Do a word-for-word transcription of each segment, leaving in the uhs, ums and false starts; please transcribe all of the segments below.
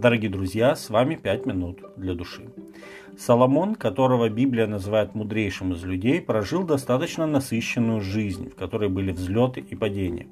Дорогие друзья, с вами пять минут для души. Соломон, которого Библия называет мудрейшим из людей, прожил достаточно насыщенную жизнь, в которой были взлеты и падения.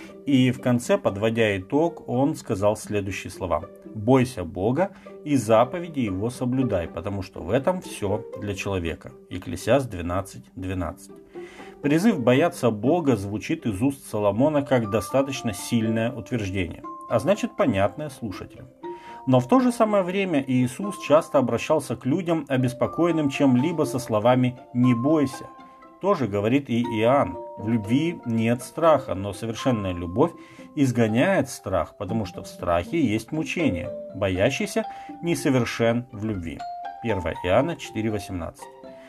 И в конце, подводя итог, он сказал следующие слова: «Бойся Бога и заповеди Его соблюдай, потому что в этом все для человека». Екклесиаст двенадцать двенадцать. Призыв бояться Бога звучит из уст Соломона как достаточно сильное утверждение, а значит понятное слушателям. Но в то же самое время Иисус часто обращался к людям, обеспокоенным чем-либо, со словами «не бойся». Тоже говорит и Иоанн: в любви нет страха, но совершенная любовь изгоняет страх, потому что в страхе есть мучение. Боящийся несовершен в любви. первое Иоанна четыре восемнадцать.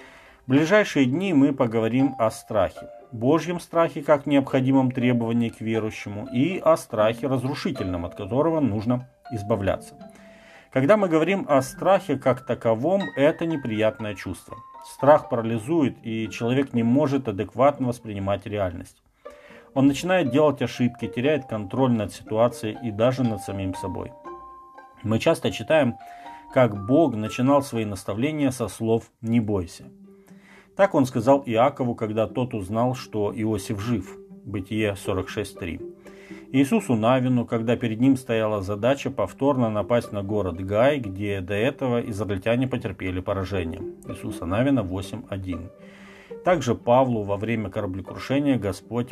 В ближайшие дни мы поговорим о страхе. Божьем страхе как необходимом требовании к верующему, и о страхе разрушительном, от которого нужно избавляться. Когда мы говорим о страхе как таковом, это неприятное чувство. Страх парализует, и человек не может адекватно воспринимать реальность. Он начинает делать ошибки, теряет контроль над ситуацией и даже над самим собой. Мы часто читаем, как Бог начинал свои наставления со слов «не бойся». Так он сказал Иакову, когда тот узнал, что Иосиф жив. Бытие сорок шесть три. Иисусу Навину, когда перед ним стояла задача повторно напасть на город Гай, где до этого израильтяне потерпели поражение. Иисуса Навина восемь один. Также Павлу во время кораблекрушения Господь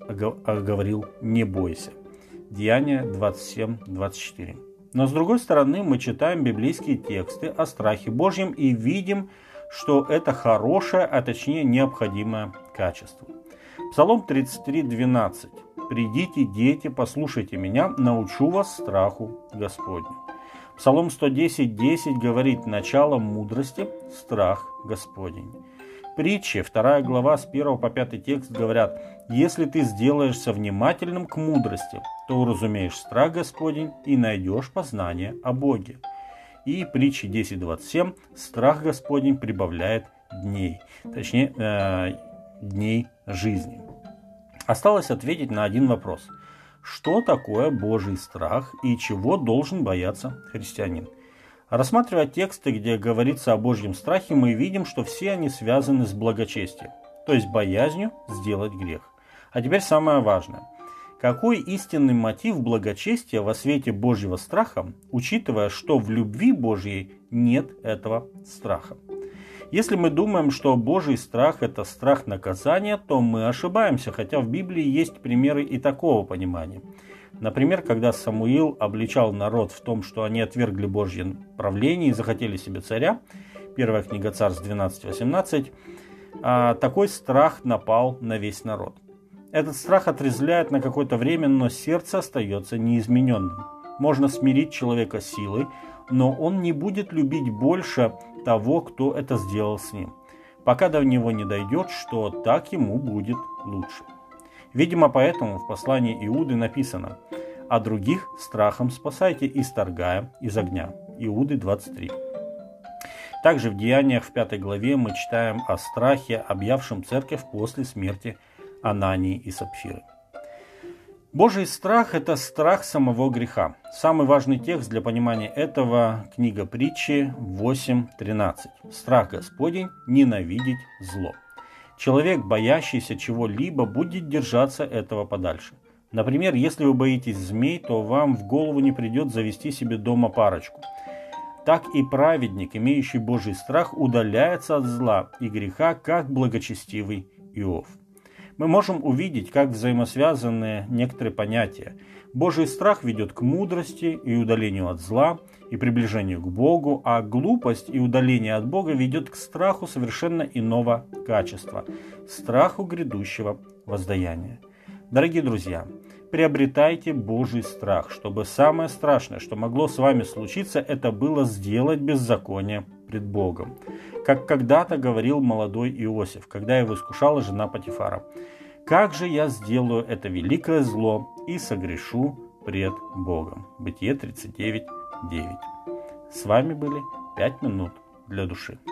говорил «не бойся». Деяния двадцать семь двадцать четыре. Но с другой стороны, мы читаем библейские тексты о страхе Божьем и видим, что это хорошее, а точнее необходимое качество. Псалом тридцать три двенадцать. «Придите, дети, послушайте меня, научу вас страху Господню». Псалом сто десять десять говорит: «Начало мудрости – страх Господень». Притчи, вторая глава, с первого по пятый текст говорят: «Если ты сделаешься внимательным к мудрости, то уразумеешь страх Господень и найдешь познание о Боге». И притчи десять двадцать семь: «Страх Господень прибавляет дней», точнее, э, дней жизни. Осталось ответить на один вопрос: что такое Божий страх и чего должен бояться христианин? Рассматривая тексты, где говорится о Божьем страхе, мы видим, что все они связаны с благочестием, то есть боязнью сделать грех. А теперь самое важное. Какой истинный мотив благочестия во свете Божьего страха, учитывая, что в любви Божьей нет этого страха? Если мы думаем, что Божий страх – это страх наказания, то мы ошибаемся, хотя в Библии есть примеры и такого понимания. Например, когда Самуил обличал народ в том, что они отвергли Божье правление и захотели себе царя, первая книга Царств двенадцать восемнадцать, такой страх напал на весь народ. Этот страх отрезвляет на какое-то время, но сердце остается неизмененным. Можно смирить человека силой, но он не будет любить больше того, кто это сделал с ним, пока до него не дойдет, что так ему будет лучше. Видимо, поэтому в послании Иуды написано: «А других страхом спасайте, исторгая из огня». Иуды двадцать три. Также в Деяниях в пятой главе мы читаем о страхе, объявшем церковь после смерти Анании и Сапфиры. Божий страх – это страх самого греха. Самый важный текст для понимания этого – книга Притчи восемь тринадцать. «Страх Господень – ненавидеть зло». Человек, боящийся чего-либо, будет держаться этого подальше. Например, если вы боитесь змей, то вам в голову не придет завести себе дома парочку. Так и праведник, имеющий Божий страх, удаляется от зла и греха, как благочестивый Иов. Мы можем увидеть, как взаимосвязаны некоторые понятия. Божий страх ведет к мудрости и удалению от зла, и приближению к Богу, а глупость и удаление от Бога ведет к страху совершенно иного качества – страху грядущего воздаяния. Дорогие друзья, приобретайте Божий страх, чтобы самое страшное, что могло с вами случиться, это было сделать беззаконие пред Богом. Как когда-то говорил молодой Иосиф, когда его искушала жена Потифара: «Как же я сделаю это великое зло и согрешу пред Богом». Бытие тридцать девять девять. С вами были пять минут для души.